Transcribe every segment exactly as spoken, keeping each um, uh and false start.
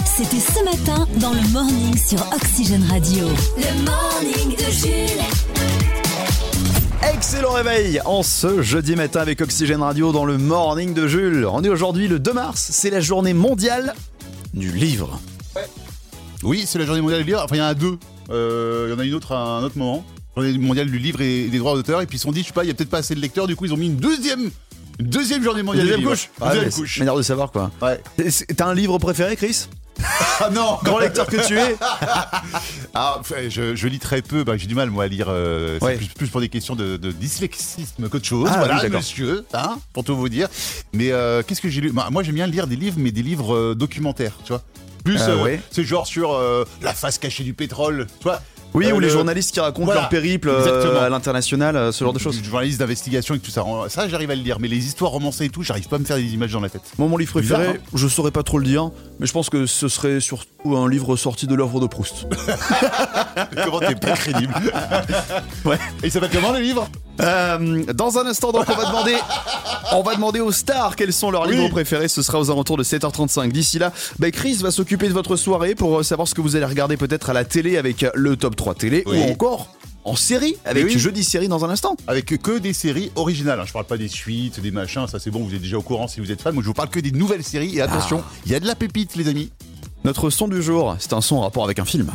C'était ce matin dans le Morning sur Oxygène Radio. Le Morning de Jules. Excellent réveil en ce jeudi matin avec Oxygène Radio dans le Morning de Jules. On est aujourd'hui le deux mars, c'est la journée mondiale du livre. Ouais. Oui, c'est la journée mondiale du livre. Enfin, il y en a deux. Euh, il y en a une autre à un autre moment. Journée mondiale du livre et des droits d'auteur. Et puis ils se sont dit, je sais pas, il y a peut-être pas assez de lecteurs. Du coup, ils ont mis une deuxième, une deuxième journée mondiale deuxième du livre. couche. Une Ah, deuxième mais couche. C'est manière de savoir quoi. Ouais. T'as un livre préféré, Chris? Ah non, grand lecteur que tu es. Ah, je, je lis très peu, bah, j'ai du mal moi à lire, euh, c'est ouais. plus, plus pour des questions de, de dyslexisme qu'autre chose, ah, voilà oui, monsieur, hein, pour tout vous dire. Mais euh, qu'est-ce que j'ai lu? bah, Moi j'aime bien lire des livres, mais des livres euh, documentaires, tu vois. Plus, euh, euh, ouais. c'est genre sur euh, la face cachée du pétrole, tu vois. Oui, euh, ou les le... journalistes qui racontent voilà, leur périple euh, à l'international, ce genre de choses. Les journalistes d'investigation et tout ça, ça j'arrive à le lire, mais les histoires romancées et tout, j'arrive pas à me faire des images dans la tête. Moi, mon livre préféré, Bizarre, hein, je saurais pas trop le dire, mais je pense que ce serait surtout un livre sorti de l'œuvre de Proust. Comment t'es pas crédible. Ouais. Et il s'appelle comment le livre? euh, Dans un instant, donc, on va demander, on va demander aux stars quels sont leurs oui. livres préférés. Ce sera aux alentours de sept heures trente-cinq. D'ici là, bah, Chris va s'occuper de votre soirée pour savoir ce que vous allez regarder peut-être à la télé avec le top trois télé oui. ou encore en série, avec oui. jeudi série dans un instant. Avec que des séries originales, hein. Je parle pas des suites, des machins, ça c'est bon, vous êtes déjà au courant si vous êtes fan. Moi je vous parle que des nouvelles séries et attention, il ah. y a de la pépite les amis. Notre son du jour, c'est un son en rapport avec un film.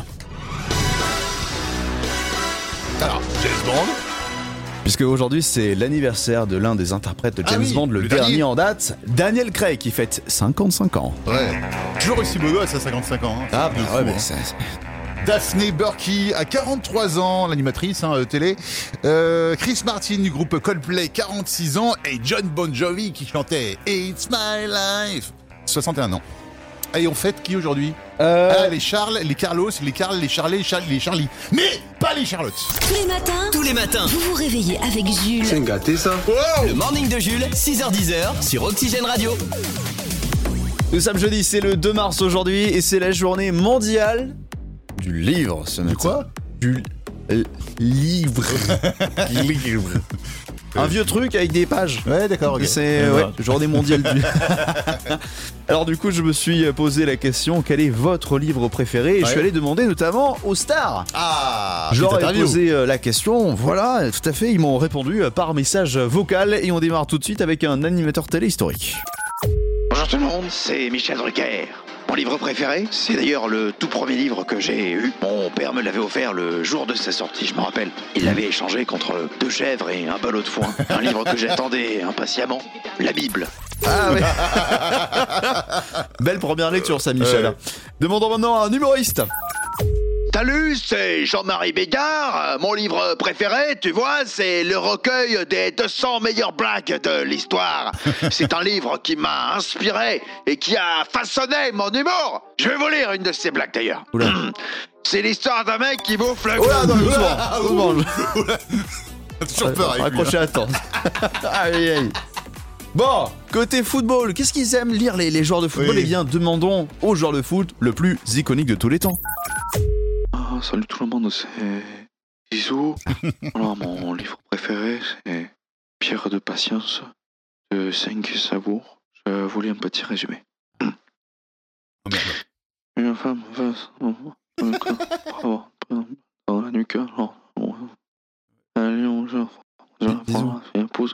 Alors, James Bond. Puisque aujourd'hui c'est l'anniversaire de l'un des interprètes de James ah oui, Bond, le, le dernier. dernier en date, Daniel Craig, qui fête cinquante-cinq ans. Ouais, toujours aussi beau gosse à cinquante-cinq ans. Hein. Ah bah ouais, fou, mais hein. ça... Daphne Burki à quarante-trois ans, l'animatrice hein, télé. Euh, Chris Martin du groupe Coldplay, quarante-six ans. Et John Bon Jovi qui chantait It's My Life, soixante et un ans. Et on fête qui aujourd'hui? euh... ah, les Charles, les Carlos, les Carl, les Charlie, les Charlie, les Charlie. Mais pas les Charlotte. Tous les matins, tous les matins, vous vous réveillez avec Jules. C'est gâté ça. Wow. Le Morning de Jules, six heures dix sur Oxygène Radio. Nous sommes jeudi, c'est le deux mars aujourd'hui et c'est la journée mondiale du livre ce matin. Du quoi? Du l- livre. livre. Un vieux truc avec des pages. Ouais, d'accord. Okay. C'est ouais, journée mondiale du. Alors du coup, je me suis posé la question, quel est votre livre préféré? Et ouais. je suis allé demander notamment aux stars. Ah. Je leur ai posé la question. Voilà, tout à fait. Ils m'ont répondu par message vocal et on démarre tout de suite avec un animateur télé historique. Bonjour tout le monde, c'est Michel Drucker. Mon livre préféré, c'est d'ailleurs le tout premier livre que j'ai eu. Mon père me l'avait offert le jour de sa sortie, je me rappelle. Il l'avait échangé contre deux chèvres et un ballot de foin. Un livre que j'attendais impatiemment, la Bible. Ah oui. Belle première lecture ça, Michel. Euh... Demandons maintenant à un humoriste. Salut, c'est Jean-Marie Bégard. Mon livre préféré, tu vois, c'est le recueil des deux cents meilleures blagues de l'histoire. C'est un livre qui m'a inspiré et qui a façonné mon humour. Je vais vous lire une de ces blagues d'ailleurs. Oula. C'est l'histoire d'un mec qui bouffe le... Oula, non, doucement, doucement. Toujours peur avec lui. Accrochez à temps. Aïe, aïe. Bon, côté football, qu'est-ce qu'ils aiment lire les, les joueurs de football? Oui. Eh bien, demandons aux joueurs de foot le plus iconique de tous les temps. Ah, salut tout le monde, c'est Zizou. Alors, mon livre préféré, c'est Pierre de Patience de cinq Savour. Je vous lis un petit résumé. Oh merde. Une femme va dans la nuque. Allez, on joue. Je épouse.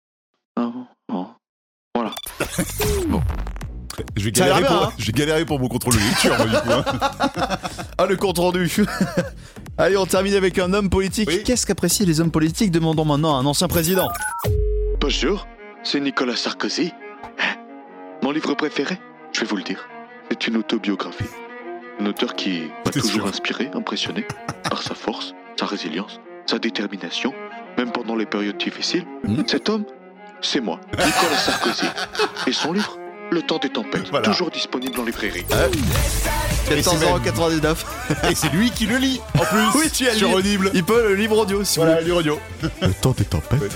Voilà. Bon. Je vais, galérer pour, hein. je vais galérer pour mon contrôle de lecture, moi, du coup. Hein. Ah, le compte rendu. Allez, on termine avec un homme politique. Oui. Qu'est-ce qu'apprécient les hommes politiques? Demandons maintenant à un ancien président. Bonjour, c'est Nicolas Sarkozy. Mon livre préféré, je vais vous le dire, c'est une autobiographie. Un auteur qui m'a toujours sûr. inspiré, impressionné par sa force, sa résilience, sa détermination, même pendant les périodes difficiles. Mmh. Cet homme, c'est moi, Nicolas Sarkozy. Et son livre, Le temps des tempêtes, voilà. Toujours disponible en librairie. Euh, quatorze euros quatre-vingt-dix-neuf. Et c'est lui qui le lit, en plus. Oui, tu as sur Audible. Il peut le livre audio, si voilà, vous le livre audio. Le temps des tempêtes.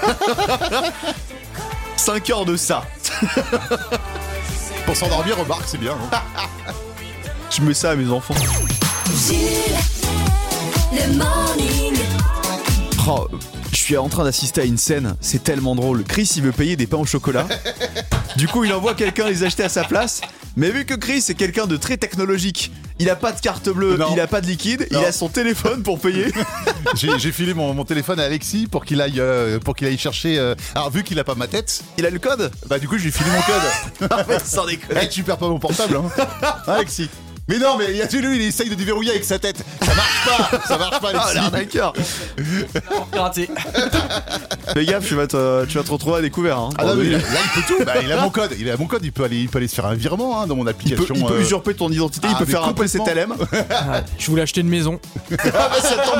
cinq heures de ça. Pour s'endormir, remarque, c'est bien. Hein. Je mets ça à mes enfants. Jules, le morning. Oh, je suis en train d'assister à une scène, c'est tellement drôle. Chris, il veut payer des pains au chocolat. Du coup, il envoie quelqu'un les acheter à sa place. Mais vu que Chris est quelqu'un de très technologique, il a pas de carte bleue, Non. il a pas de liquide, Non. il a son téléphone pour payer. J'ai, j'ai filé mon, mon téléphone à Alexis pour qu'il aille, euh, pour qu'il aille chercher. euh, Alors vu qu'il a pas ma tête, Il a le code. bah du coup j'ai filé mon code. Ah ouais, sans déconner. Eh, tu perds pas mon portable, hein, Alexis. Mais non, mais il y a lui, il essaye de déverrouiller avec sa tête. Ça marche pas, ça marche pas, Ah, Alexis. l'arnaqueur. Piraté. Fais gaffe, tu vas te, tu vas te retrouver à découvert. Hein. Ah non, mais là, là, il peut tout. Bah, il a mon code. Il a mon code. Il peut aller, il peut aller se faire un virement hein, dans mon Il peut, application. il peut euh, usurper ton identité, il ah, peut mais faire un peu cet complètement. L M. Je voulais acheter une maison. Ah bah ça tombe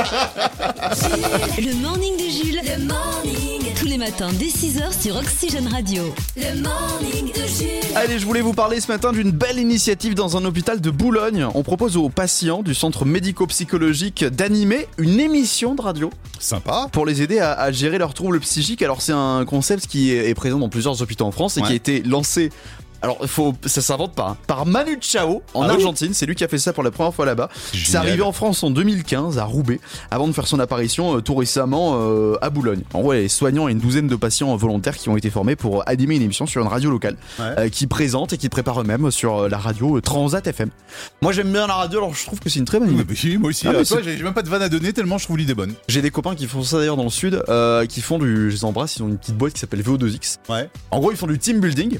bien. Le morning de Jules. Le morning. Tous les matins dès six heures sur Oxygène Radio. Le morning de Jules. Allez, je voulais vous parler ce matin d'une belle initiative dans un hôpital de Boulogne. On propose aux patients du centre médico-psychologique d'animer une émission de radio Sympa. pour les aider à, à gérer leurs troubles psychiques. Alors c'est un concept qui est, est présent dans plusieurs hôpitaux en France et Ouais. qui a été lancé. Alors, faut, ça s'invente pas, hein, par Manu Chao en Ah oui Argentine. C'est lui qui a fait ça pour la première fois là-bas. Génial. C'est arrivé en France en deux mille quinze à Roubaix, avant de faire son apparition euh, tout récemment euh, à Boulogne. En gros, les soignants et une douzaine de patients volontaires qui ont été formés pour animer une émission sur une radio locale, Ouais. euh, qui présente et qui prépare eux-mêmes sur euh, la radio euh, Transat F M. Moi, j'aime bien la radio, alors je trouve que c'est une très bonne idée. Mais oui, moi aussi. Ah, là, mais toi, c'est- j'ai j'ai même pas de vanne à donner tellement je trouve l'idée bonne. J'ai des copains qui font ça d'ailleurs dans le sud, euh, qui font du, je les embrasse, ils ont une petite boîte qui s'appelle V O deux X. Ouais. En gros, ils font du team building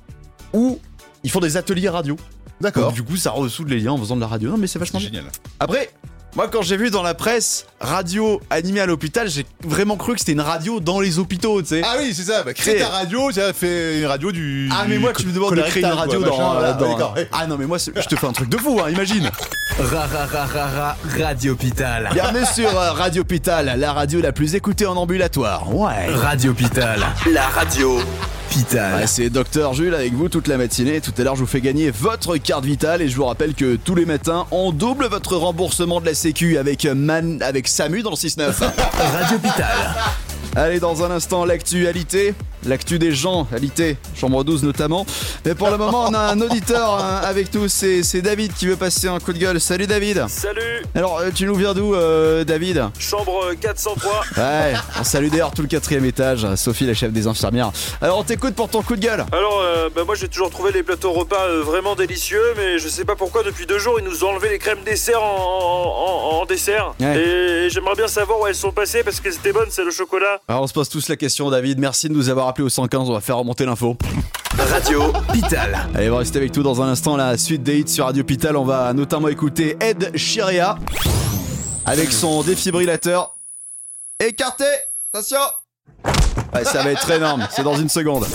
ou ils font des ateliers radio. D'accord. Donc, du coup, ça ressoude les liens en faisant de la radio. Non, mais c'est vachement bien. Génial. Après, moi, quand j'ai vu dans la presse radio animée à l'hôpital, j'ai vraiment cru que c'était une radio dans les hôpitaux, tu sais. Ah oui, c'est ça. Bah, crée C'est- ta radio. Tu as fait une radio du. Ah, mais moi, tu me demandes de créer une radio quoi, dans. machin, voilà, dans- d'accord. Ah non, mais moi, c'est- je te fais un truc de fou, hein, imagine. Ra ra ra ra ra Radio Hôpital. Bienvenue sur euh, Radio Hôpital, la radio la plus écoutée en ambulatoire. Ouais. Radio Hôpital. La radio Hôpital. Ouais, c'est Docteur Jules avec vous toute la matinée. Tout à l'heure, je vous fais gagner votre carte vitale et je vous rappelle que tous les matins, on double votre remboursement de la Sécu avec Man, avec Samu dans le six neuf. Radio Hôpital. Allez, dans un instant, l'actualité, l'actu des gens, alité, chambre douze notamment. Mais pour le moment, on a un auditeur hein, avec nous, c'est, c'est David qui veut passer un coup de gueule. Salut David. Salut, Alors, euh, tu nous viens d'où, euh, David? chambre quatre cent trois. Ouais, on salue d'ailleurs tout le quatrième étage, Sophie, la chef des infirmières. Alors, on t'écoute pour ton coup de gueule. Alors, euh, bah moi j'ai toujours trouvé les plateaux repas euh, vraiment délicieux, mais je sais pas pourquoi depuis deux jours ils nous ont enlevé les crèmes dessert en, en, en- en dessert. Ouais. Et j'aimerais bien savoir où elles sont passées parce que c'était bonne, c'est le chocolat. Alors, on se pose tous la question, David. Merci de nous avoir appelé au cent quinze, on va faire remonter l'info. Radio Hôpital. Allez, on va rester avec tout dans un instant. La suite des hits sur Radio Hôpital, on va notamment écouter Ed Sheeran avec son défibrillateur. Écarté. Attention. Ouais, ça va être énorme, c'est dans une seconde.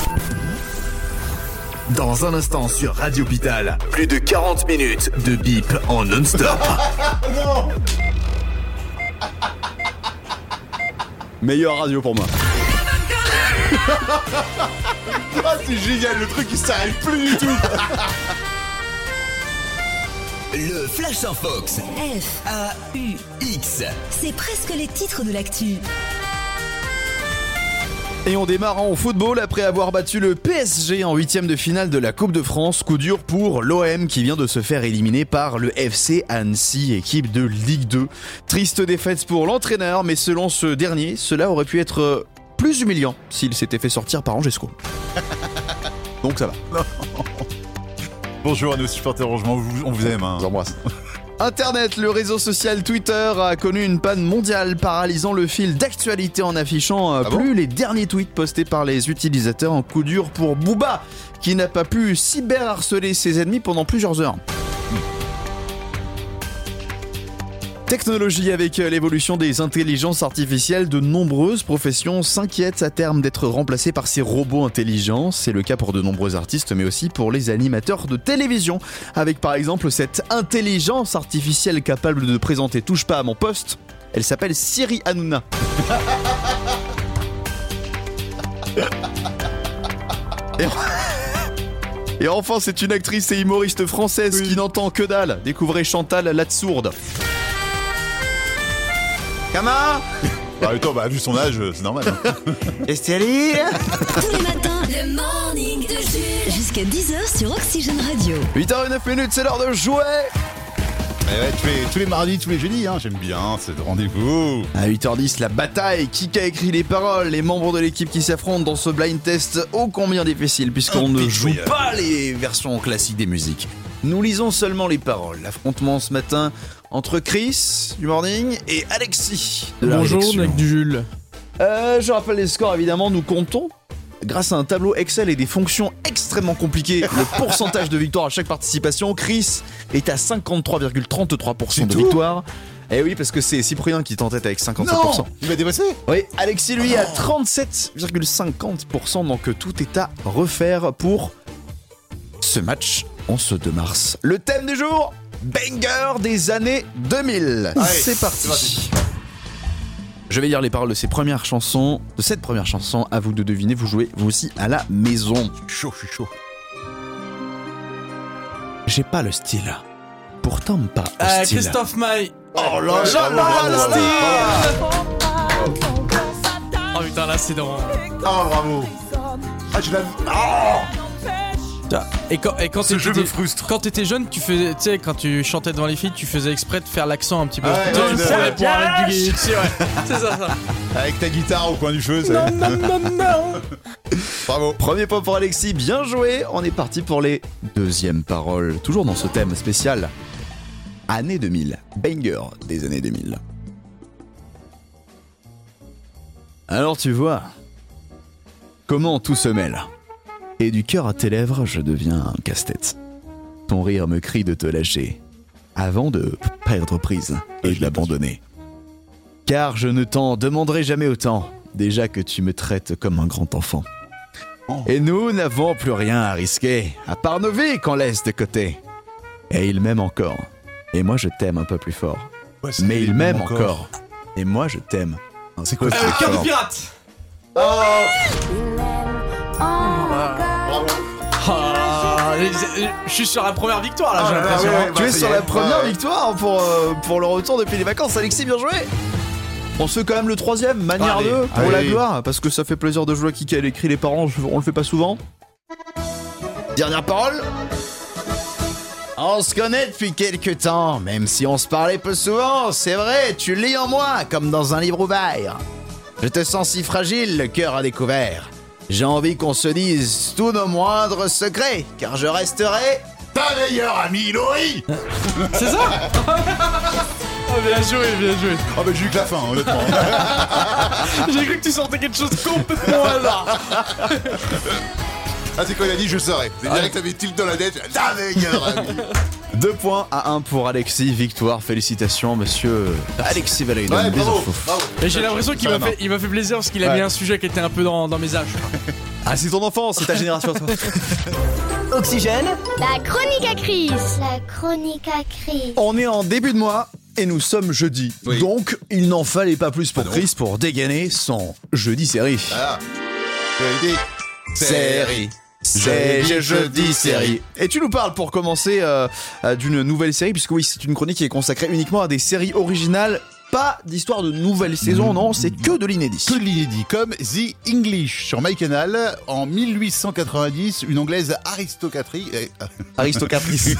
Dans un instant sur Radio Hôpital, plus de quarante minutes de bip en non-stop. Meilleure radio pour moi. Ah, c'est génial. Le truc il s'arrête plus du tout. Le Flash Infox. F, A U X. c'est presque les titres de l'actu. Et on démarre en football après avoir battu le P S G en huitième de finale de la Coupe de France. Coup dur pour l'O M qui vient de se faire éliminer par le F C Annecy, équipe de Ligue deux. Triste défaite pour l'entraîneur, mais selon ce dernier, cela aurait pu être euh, plus humiliant s'il s'était fait sortir par Angesco. Donc ça va. Bonjour à nos supporters, on vous, on vous aime. Hein. Je vous embrasse. Internet, le réseau social Twitter a connu une panne mondiale paralysant le fil d'actualité en affichant euh, Ah bon plus les derniers tweets postés par les utilisateurs. En coup dur pour Booba qui n'a pas pu cyberharceler ses ennemis pendant plusieurs heures. Technologie avec l'évolution des intelligences artificielles, de nombreuses professions s'inquiètent à terme d'être remplacées par ces robots intelligents. C'est le cas pour de nombreux artistes, mais aussi pour les animateurs de télévision. Avec par exemple cette intelligence artificielle capable de présenter Touche pas à mon poste. Elle s'appelle Siri Hanouna. Et Et enfin, c'est une actrice et humoriste française qui n'entend que dalle. Découvrez Chantal Latssourde. Comment? Bah, attends, bah, vu son âge, c'est normal. Hein. Esthélie? Tous les matins, le morning de Jules. Jusqu'à dix heures sur Oxygène Radio. huit heures zéro neuf minutes, c'est l'heure de jouer. Eh ouais, tous, les, tous les mardis, tous les jeudis, hein, j'aime bien ce rendez-vous. À huit heures dix, la bataille. Qui a écrit les paroles? Les membres de l'équipe qui s'affrontent dans ce blind test ô combien difficile, puisqu'on ne joue pas les versions classiques des musiques. Nous lisons seulement les paroles. L'affrontement ce matin entre Chris du morning et Alexis de la Bonjour, rédaction. mec du Jules. Euh, je rappelle les scores, évidemment, nous comptons. Grâce à un tableau Excel et des fonctions extrêmement compliquées, le pourcentage de victoire à chaque participation, Chris est à cinquante-trois virgule trente-trois pour cent de victoire. Eh oui, parce que c'est Cyprien qui est en tête avec cinquante-sept pour cent. Non, il va dépasser. Oui, Alexis, lui, a trente-sept virgule cinquante pour cent, donc tout est à refaire pour ce match en ce deux mars. Le thème du jour, banger des années deux mille. Allez, c'est parti. c'est parti. Je vais lire les paroles de ces premières chansons, de cette première chanson. À vous de deviner, vous jouez vous aussi à la maison. Chaud, je suis chaud. J'ai pas le style. Pourtant pas Euh, hostile. Christophe Maé. Oh là Jean- là là là là. Oh putain, là c'est dans. Ah, bravo. Ah, je l'ai. Oh, Et quand, et quand ce jeu t'étais- me frustre. quand t'étais jeune, tu faisais, tu sais, quand tu chantais devant les filles, tu faisais exprès de faire l'accent un petit peu. Ah ouais, Tu sais, ouais, tu ouais, prenais ouais. pour un mec du gay, tu sais, ouais. C'est ça, ça. Avec ta guitare au coin du cheveu, c'est. Non, non, non, non. Bravo. Premier point pour Alexis, bien joué. On est parti pour les deuxièmes paroles. Toujours dans ce thème spécial. Année deux mille. Banger des années deux mille. Alors tu vois, comment tout se mêle. Et du cœur à tes lèvres, je deviens un casse-tête. Ton rire me crie de te lâcher, avant de perdre prise et de l'abandonner. Car je ne t'en demanderai jamais autant, déjà que tu me traites comme un grand enfant. Et nous n'avons plus rien à risquer, à part nos vies qu'on laisse de côté. Et il m'aime encore. Et moi je t'aime un peu plus fort. Ouais, c'est- Mais il m'aime encore. Et moi je t'aime un C'est peu quoi, plus Euh, Cœur de fort. pirate. Ah, je suis sur la première victoire là, j'ai Ah, l'impression. ouais, ouais, hein. Tu es ça y sur est. la première Ouais, ouais. victoire pour, euh, pour le retour depuis les vacances. Alexis, bien joué. On se fait quand même le troisième, manière Allez. deux, pour Allez. la gloire, parce que ça fait plaisir de jouer à qui a écrit les parents, on le fait pas souvent. Dernière parole. On se connaît depuis quelques temps, même si on se parlait peu souvent, c'est vrai, tu lis en moi comme dans un livre ouvert. Je te sens si fragile, le cœur à découvert. J'ai envie qu'on se dise tous nos moindres secrets, car je resterai Ta meilleure amie, Laurie. C'est ça. Oh, bien joué, bien joué. Ah, bah, j'ai eu que la fin, honnêtement. J'ai cru que tu sortais quelque chose complètement au hasard. Ah, c'est quand il a dit je saurais. C'est direct, t'avais tilt dans la tête. Ta meilleure amie. Deux points à un pour Alexis. Victoire, félicitations, monsieur Alexis Valéry. Ouais, bravo. Bravo. Et j'ai l'impression qu'il Ça m'a va, fait, il m'a fait plaisir parce qu'il a Ouais. mis un sujet qui était un peu dans, dans mes âges. Ah, c'est ton enfant, c'est ta génération, toi. Oxygène. La chronique à Chris. La chronique à Chris. On est en début de mois et nous sommes jeudi. Oui. Donc, il n'en fallait pas plus pour Ah non. Chris pour dégainer son jeudi série. Voilà. Jeudi. Série. C'est Jeudi, jeudi série. série. Et tu nous parles pour commencer euh, euh, d'une nouvelle série, puisque oui, c'est une chronique qui est consacrée uniquement à des séries originales, pas d'histoire de nouvelles saisons, non, c'est que de l'inédit. Que de l'inédit, comme The English sur MyCanal en mille huit cent quatre-vingt-dix, une anglaise aristocratique, euh, Aristocatrice.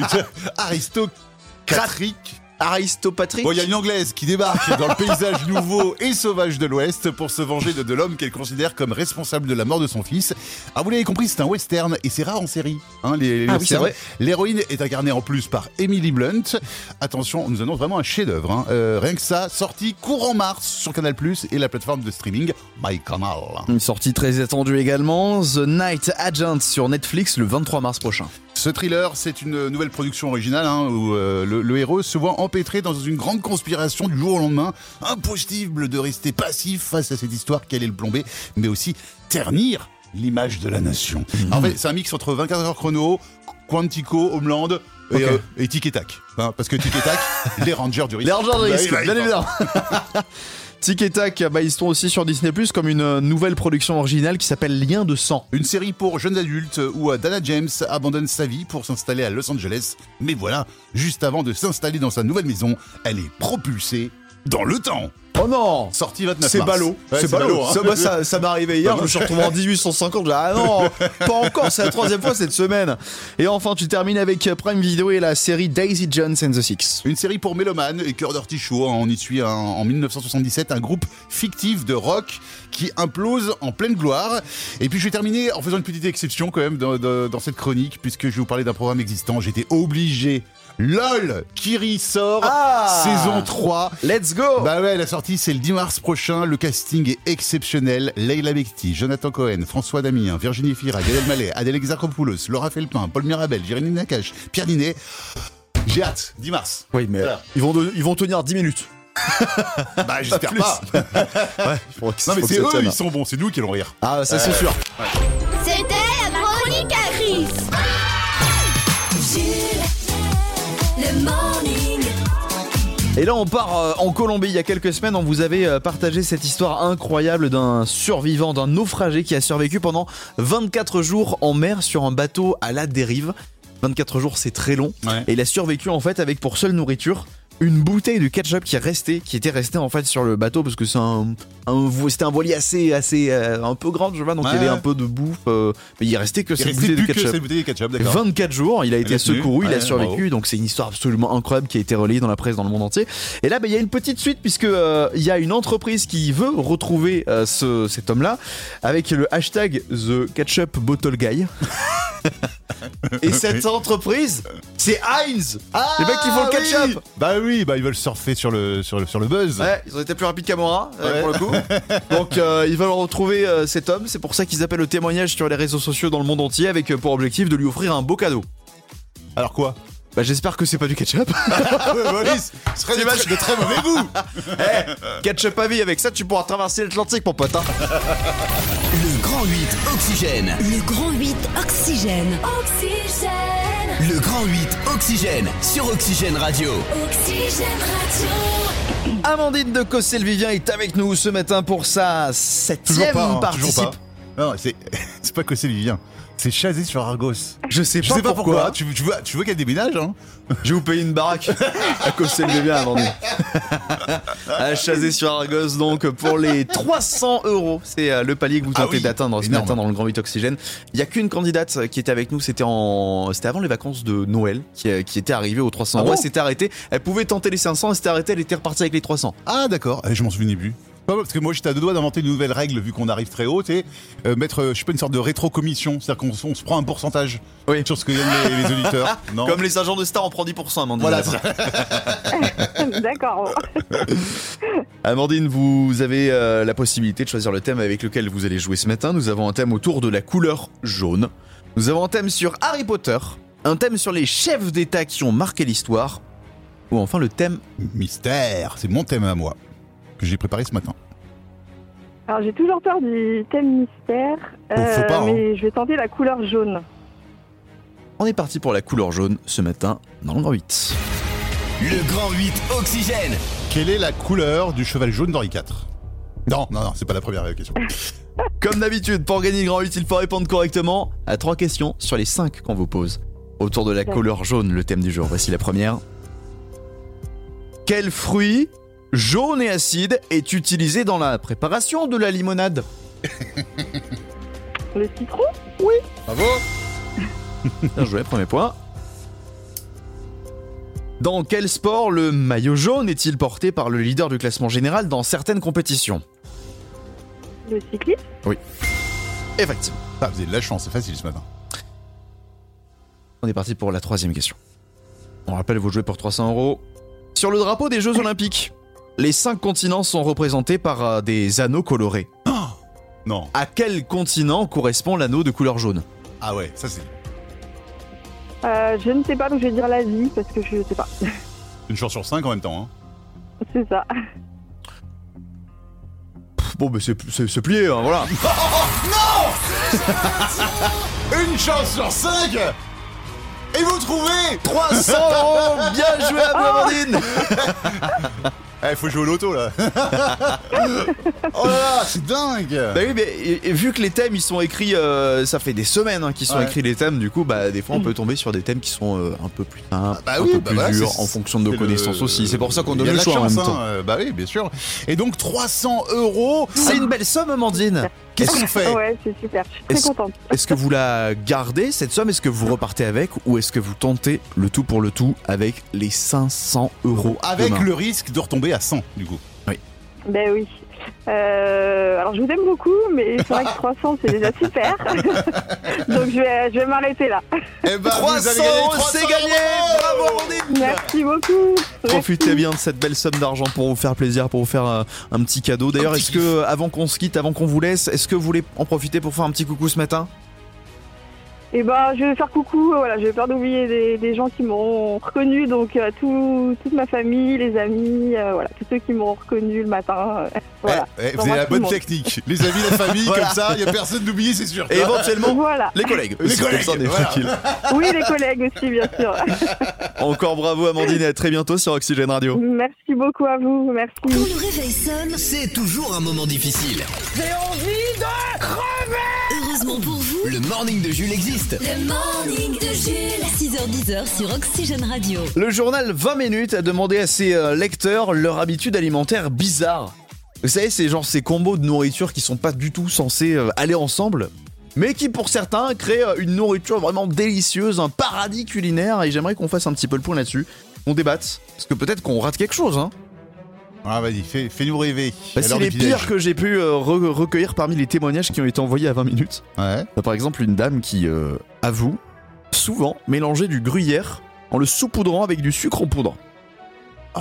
aristocratique. Aristopatrique. Bon, il y a une anglaise qui débarque dans le paysage nouveau et sauvage de l'Ouest pour se venger de, de l'homme qu'elle considère comme responsable de la mort de son fils. Ah, vous l'avez compris, c'est un western et c'est rare en série. Hein, les, les Ah oui, westerns. c'est vrai. L'héroïne est incarnée en plus par Emily Blunt. Attention, on nous annonce vraiment un chef-d'œuvre. Hein. Euh, rien que ça, sorti courant mars sur Canal plus et la plateforme de streaming MyCanal. Une sortie très attendue également, The Night Agent sur Netflix le vingt-trois mars prochain. Ce thriller, c'est une nouvelle production originale hein, où euh, le, le héros se voit empêtré dans une grande conspiration du jour au lendemain. Impossible de rester passif face à cette histoire qui allait le plomber, mais aussi ternir l'image de la nation. En fait, c'est un mix entre vingt-quatre heures chrono, Quantico, Homeland et, Ok. euh, et Tic et Tac. Hein, parce que Tic et Tac, les Rangers du risque. Les Rangers du Bah, risque, bah, bien bah, évidemment. Tic et Tac, bah, ils sont aussi sur Disney plus, comme une euh, nouvelle production originale qui s'appelle Lien de sang. Une série pour jeunes adultes où euh, Dana James abandonne sa vie pour s'installer à Los Angeles. Mais voilà, juste avant de s'installer dans sa nouvelle maison, elle est propulsée dans le temps. Oh non. Sorti vingt-neuf C'est mars. ballot. Ouais, c'est ballot. hein. Ça, bah, ça, ça m'est arrivé hier. Bah, Je me suis retrouvé en dix-huit cent cinquante. Ah non, pas encore. C'est la troisième fois cette semaine. Et enfin, tu termines avec Prime Video et la série Daisy Jones and the Six. Une série pour mélomanes et cœur d'artichaut. On y suit un, en dix-neuf cent soixante-dix-sept un groupe fictif de rock qui implose en pleine gloire. Et puis je vais terminer en faisant une petite exception quand même dans, dans, dans cette chronique, puisque je vais vous parler d'un programme existant. J'étais obligé. LOL, Kiri sort, ah saison trois. Let's go. Bah ouais, la sortie c'est le dix mars prochain. Le casting est exceptionnel. Leila Bekti, Jonathan Cohen, François Damien, Virginie Fira, Gad Elmaleh, Adèle Exarchopoulos, Laura Felpin, Paul Mirabel, Jérémy Nakache, Pierre Ninet. J'ai hâte, dix mars. Oui, mais voilà. ils, vont de, ils vont tenir dix minutes. Bah j'espère pas. Ouais, non mais c'est eux, ils sont bons, c'est nous qui allons rire. Ah ça euh... c'est sûr. Ouais. C'était la chronique à Chris. Le morning. Et là on part euh, en Colombie. Il y a quelques semaines on vous avait euh, partagé cette histoire incroyable d'un survivant, d'un naufragé qui a survécu pendant vingt-quatre jours en mer sur un bateau à la dérive. vingt-quatre jours c'est très long. Ouais. Et il a survécu en fait avec pour seule nourriture une bouteille de ketchup qui est restée, qui était restée en fait sur le bateau parce que c'est un, un c'était un voilier assez, assez euh, un peu grand, je vois, donc ouais, il y avait ouais. un peu de bouffe. Euh, mais il restait que cette bouteille de ketchup. Cette bouteille de ketchup, d'accord. vingt-quatre jours, il a été secouru, ouais, il a survécu, bravo. Donc c'est une histoire absolument incroyable qui a été relayée dans la presse dans le monde entier. Et là, bah, il y a une petite suite puisque euh, il y a une entreprise qui veut retrouver euh, ce, cet homme-là avec le hashtag The Ketchup Bottle Guy. Et cette entreprise, c'est Heinz. Ah, les mecs qui font le ketchup. Oui. Bah oui, bah ils veulent surfer sur le sur le sur le buzz. Ouais, ils ont été plus rapides qu'Amora ouais. euh, pour le coup. Donc euh, ils veulent retrouver euh, cet homme. C'est pour ça qu'ils appellent le témoignage sur les réseaux sociaux dans le monde entier avec euh, pour objectif de lui offrir un beau cadeau. Alors quoi? Bah j'espère que c'est pas du ketchup. Oui, ce serait de très, de très mauvais goût. Hey, ketchup à vie, avec ça tu pourras traverser l'Atlantique mon pote hein. Le Grand huit Oxygène. Le Grand huit Oxygène. Oxygène. Le Grand huit Oxygène sur Oxygène Radio. Oxygène Radio. Amandine de Cossel-Vivien est avec nous ce matin pour sa septième hein, participe. Non, c'est, c'est pas Cossel-Vivien. C'est Chazé sur Argos. Je sais pas, Je sais pas pourquoi. pourquoi. Tu, tu, veux, tu veux qu'elle déménage hein? Je vais vous payer une baraque à Cossel-Vivien, Amandine. À Chazé sur Argos, donc pour les trois cents euros. C'est le palier que vous tentez ah oui, d'atteindre ce énorme. matin dans le Grand huit Oxygène. Il y a qu'une candidate qui était avec nous. C'était en, c'était avant les vacances de Noël qui, qui était arrivée aux trois cents euros. Ah bon elle s'était arrêtée. Elle pouvait tenter les cinq cents. Elle s'était arrêtée. Elle était repartie avec les trois cents. Ah d'accord. Je m'en souvenais plus. Parce que moi j'étais à deux doigts d'inventer une nouvelle règle vu qu'on arrive très haut, c'est euh, mettre, euh, je sais pas, une sorte de rétro-commission, c'est-à-dire qu'on on se prend un pourcentage oui. sur ce que gagnent les, les auditeurs. Non. Comme les agents de Star, on prend dix pour cent, Amandine. Voilà, ça. D'accord. Amandine, vous avez euh, la possibilité de choisir le thème avec lequel vous allez jouer ce matin. Nous avons un thème autour de la couleur jaune. Nous avons un thème sur Harry Potter, un thème sur les chefs d'État qui ont marqué l'histoire, ou enfin le thème mystère. C'est mon thème à moi que j'ai préparé ce matin. Alors j'ai toujours peur du thème mystère, euh, oh, faut pas, hein. mais je vais tenter la couleur jaune. On est parti pour la couleur jaune ce matin dans le Grand huit. Le Grand huit Oxygène. Quelle est la couleur du cheval jaune d'Henri quatre? Non, non, non, c'est pas la première question. Comme d'habitude, pour gagner le Grand huit, il faut répondre correctement à trois questions sur les cinq qu'on vous pose. Autour de la couleur jaune, le thème du jour. Voici la première. Quel fruit jaune et acide est utilisé dans la préparation de la limonade? Le citron? Oui. Bravo. Bien joué, premier point. Dans quel sport le maillot jaune est-il porté par le leader du classement général dans certaines compétitions? Le cyclisme? Oui. Effectivement. Ah, vous avez de la chance, c'est facile ce matin. On est parti pour la troisième question. On rappelle, vous jouez pour trois cents euros. Sur le drapeau des Jeux Olympiques, les cinq continents sont représentés par euh, des anneaux colorés. Oh non. À quel continent correspond l'anneau de couleur jaune? Ah ouais, ça c'est... Euh, je ne sais pas, donc je vais dire l'Asie, parce que je ne sais pas. Une chance sur cinq en même temps, hein. C'est ça. Pff, bon, bah c'est, c'est, c'est plié, hein, voilà. Oh, non. Une chance sur cinq. Et vous trouvez trois cents euros. Bien joué à vous, Amandine. Il eh, faut jouer au loto là. Oh là là, c'est dingue. Bah oui, mais et, et vu que les thèmes ils sont écrits, euh, ça fait des semaines hein, qu'ils sont ouais. écrits les thèmes. Du coup, bah des fois on peut tomber sur des thèmes qui sont euh, un peu plus simples, ah bah oui, un peu bah plus voilà, durs en fonction de nos connaissances le, aussi. C'est pour ça qu'on donne le choix chance, en même temps. Hein, bah oui, bien sûr. Et donc trois cents euros, c'est une belle somme, Amandine. Qu'est-ce qu'on fait? Ouais, c'est super, je suis très est-ce, contente. Est-ce que vous la gardez, cette somme? Est-ce que vous repartez avec? Ou est-ce que vous tentez le tout pour le tout avec les cinq cents euros? Avec demain. Le risque de retomber à cent, du coup. Oui. Ben oui. Euh, alors je vous aime beaucoup, mais c'est vrai que trois cents c'est déjà super. Donc je vais, je vais m'arrêter là. Eh ben, trois cents euros, c'est gagné. Bravo, Amandine. Merci beaucoup. Profitez Merci. bien de cette belle somme d'argent pour vous faire plaisir, pour vous faire un, un petit cadeau. D'ailleurs, est-ce que, avant qu'on se quitte, avant qu'on vous laisse, est-ce que vous voulez en profiter pour faire un petit coucou ce matin? Et bah, je vais faire coucou, voilà, j'ai peur d'oublier des, des gens qui m'auront reconnu, donc euh, tout, toute ma famille, les amis, euh, voilà, tous ceux qui m'auront reconnu le matin. Euh, voilà. Eh, eh, vous avez la bonne technique. Les amis, la famille, voilà. Comme ça, il n'y a personne d'oublié, c'est sûr. Et éventuellement, voilà. les collègues. Les collègues, ça, on est voilà. tranquille. Oui, les collègues aussi, bien sûr. Encore bravo, Amandine, et à très bientôt sur Oxygène Radio. Merci beaucoup à vous, merci. Quand le réveil sonne, c'est toujours un moment difficile. J'ai envie de crever. Heureusement pour vous, le morning de Jules existe. Le morning de Jules, six heures dix sur Oxygène Radio. Le journal vingt minutes a demandé à ses euh, lecteurs leur habitude alimentaire bizarre. Vous savez, c'est genre ces combos de nourriture qui sont pas du tout censés euh, aller ensemble, mais qui pour certains créent euh, une nourriture vraiment délicieuse, un paradis culinaire, et j'aimerais qu'on fasse un petit peu le point là-dessus, qu'on débatte, parce que peut-être qu'on rate quelque chose, hein. Ah vas-y, fais, fais-nous rêver. Bah, c'est les pires que j'ai pu euh, re- recueillir parmi les témoignages qui ont été envoyés à vingt minutes. Ouais. Bah, par exemple, une dame qui euh, avoue souvent mélanger du gruyère en le saupoudrant avec du sucre en poudre. Oh.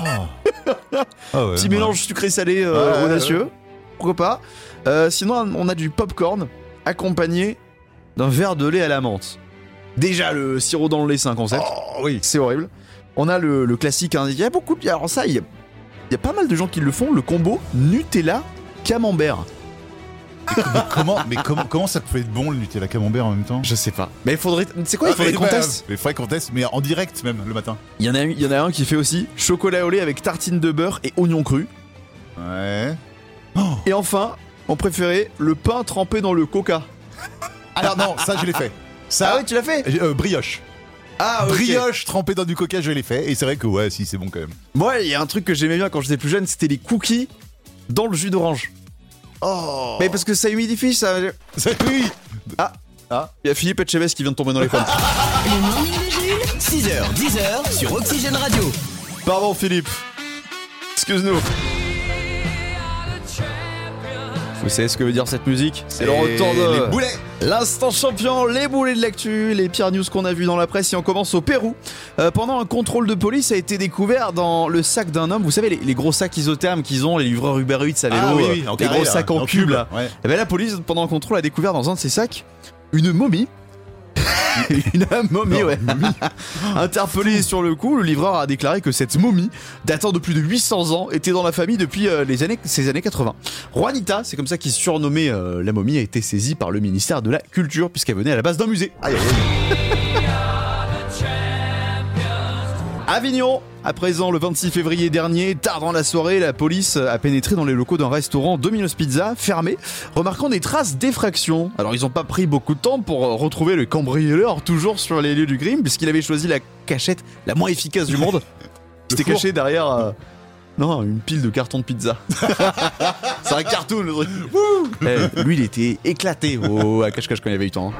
Ah ouais, Petit ouais. mélange sucré-salé euh, ouais, audacieux. Ouais. Pourquoi pas. euh, Sinon, on a du popcorn accompagné d'un verre de lait à la menthe. Déjà, le sirop dans le lait, c'est un concept. Oh oui. C'est horrible. On a le, le classique, hein. Il y a beaucoup de... Alors ça, il y a... il y a pas mal de gens qui le font, le combo Nutella-Camembert. Mais, mais comment, mais comment, comment ça peut être bon le Nutella Camembert en même temps? Je sais pas. Mais il faudrait... C'est quoi, il faudrait qu'on teste. Il faudrait qu'on teste, mais en direct même, le matin. Il y en a, il y en a un qui fait aussi chocolat au lait avec tartine de beurre et oignon cru. Ouais. Oh. Et enfin, mon préféré, le pain trempé dans le coca. Alors non, ça je l'ai fait. Ça, ah ouais, tu l'as fait euh, Brioche. Ah, okay. Brioche trempée dans du coca, je l'ai fait. Et c'est vrai que ouais, si, c'est bon quand même. Moi, il y a un truc que j'aimais bien quand j'étais plus jeune, c'était les cookies dans le jus d'orange. Oh. Mais parce que ça humidifie, ça... ça oui. Ah, ah, il y a Philippe Etchebest qui vient de tomber dans les pommes. Le morning de Jules, six heures, dix heures sur Oxygène Radio. Pardon Philippe. Excuse-nous. Vous savez ce que veut dire cette musique? C'est le retour de... les boulets. L'instant champion, les boulets de l'actu, les pires news qu'on a vues dans la presse. Et on commence au Pérou. Euh, pendant un contrôle de police a été découvert dans le sac d'un homme. Vous savez, les, les gros sacs isothermes qu'ils ont, les livreurs Uber Eats à vélo, ah, oui, oui, euh, en les carré, gros là, sacs en, en cube. cube Là. ouais. Et bien la police, pendant un contrôle, a découvert dans un de ces sacs une momie. Une momie, non, ouais. Momie. Interpellé sur le coup, le livreur a déclaré que cette momie, datant de plus de huit cents ans, était dans la famille depuis euh, les années, ces années quatre-vingts. Juanita, c'est comme ça qu'il surnommait euh, la momie, a été saisie par le ministère de la Culture, puisqu'elle venait à la base d'un musée. Aïe, aïe, aïe. Avignon, à présent le vingt-six février dernier, tard dans la soirée, la police a pénétré dans les locaux d'un restaurant Domino's Pizza, fermé, remarquant des traces d'effraction. Alors ils n'ont pas pris beaucoup de temps pour retrouver le cambrioleur, toujours sur les lieux du crime, puisqu'il avait choisi la cachette la moins efficace du monde. Il était caché derrière... Euh... Non, une pile de cartons de pizza. C'est un cartoon le truc. eh, lui il était éclaté au... à cache-cache quand il avait eu le temps.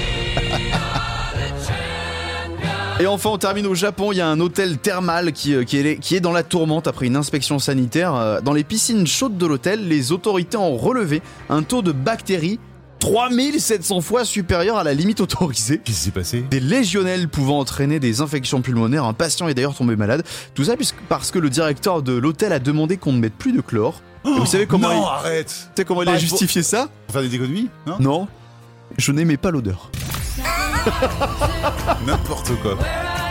Et enfin, on termine au Japon. Il y a un hôtel thermal qui, euh, qui, est, qui est dans la tourmente après une inspection sanitaire. Dans les piscines chaudes de l'hôtel, les autorités ont relevé un taux de bactéries trois mille sept cents fois supérieur à la limite autorisée. Qu'est-ce qui s'est passé? Des légionnelles pouvant entraîner des infections pulmonaires. Un patient est d'ailleurs tombé malade. Tout ça parce que le directeur de l'hôtel a demandé qu'on ne mette plus de chlore. Oh, Et vous savez comment non, il... arrête. Vous savez comment il a justifié ça? Pour faire des économies? Non, non, je n'aimais pas l'odeur. N'importe quoi.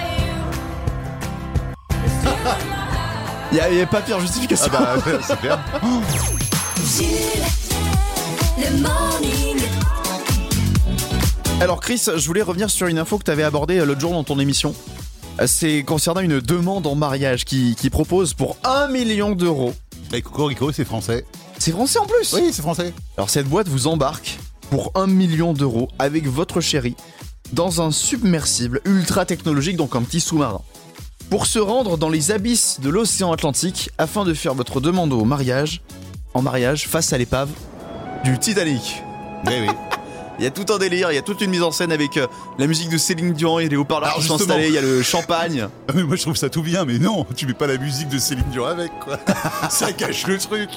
Il n'y a, a pas pire justification. Ah bah, c'est clair. Jules, le morning. Alors Chris, je voulais revenir sur une info que tu avais abordée l'autre jour dans ton émission. C'est concernant une demande en mariage qui, qui propose pour un million d'euros. Et Cocorico, c'est français. C'est français en plus? Oui, c'est français. Alors cette boîte vous embarque pour un million d'euros avec votre chérie dans un submersible ultra technologique, donc un petit sous-marin, pour se rendre dans les abysses de l'océan Atlantique afin de faire votre demande au mariage, en mariage face à l'épave du Titanic. Oui, oui. Il y a tout un délire, il y a toute une mise en scène avec euh, la musique de Céline Dion et les haut-parleurs qui sont installés, il y a le champagne. Ah, mais moi je trouve ça tout bien, mais non, tu mets pas la musique de Céline Dion avec, quoi. Ça cache le truc.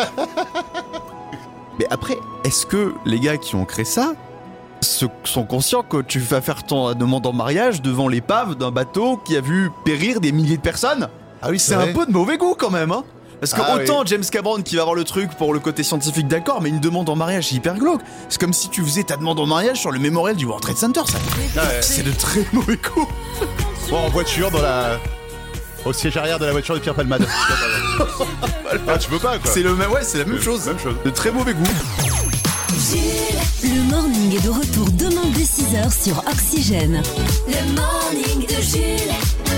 Mais après, est-ce que les gars qui ont créé ça se- sont conscients que tu vas faire ton demande en mariage devant l'épave d'un bateau qui a vu périr des milliers de personnes? Ah oui, c'est un peu de mauvais goût quand même, hein. Parce que Ah autant oui. James Cameron qui va avoir le truc pour le côté scientifique, d'accord, mais une demande en mariage c'est hyper glauque. C'est comme si tu faisais ta demande en mariage sur le mémorial du World Trade Center, ça. Ah ouais. C'est de très mauvais goût. Bon, en voiture, dans la... au siège arrière de la voiture de Pierre Palmade. Ah, tu peux pas, quoi. C'est le même, ouais, c'est la même Euh, chose. même chose. De très mauvais goût. Le morning est de retour demain dès six heures sur Oxygène. Le morning de Jules.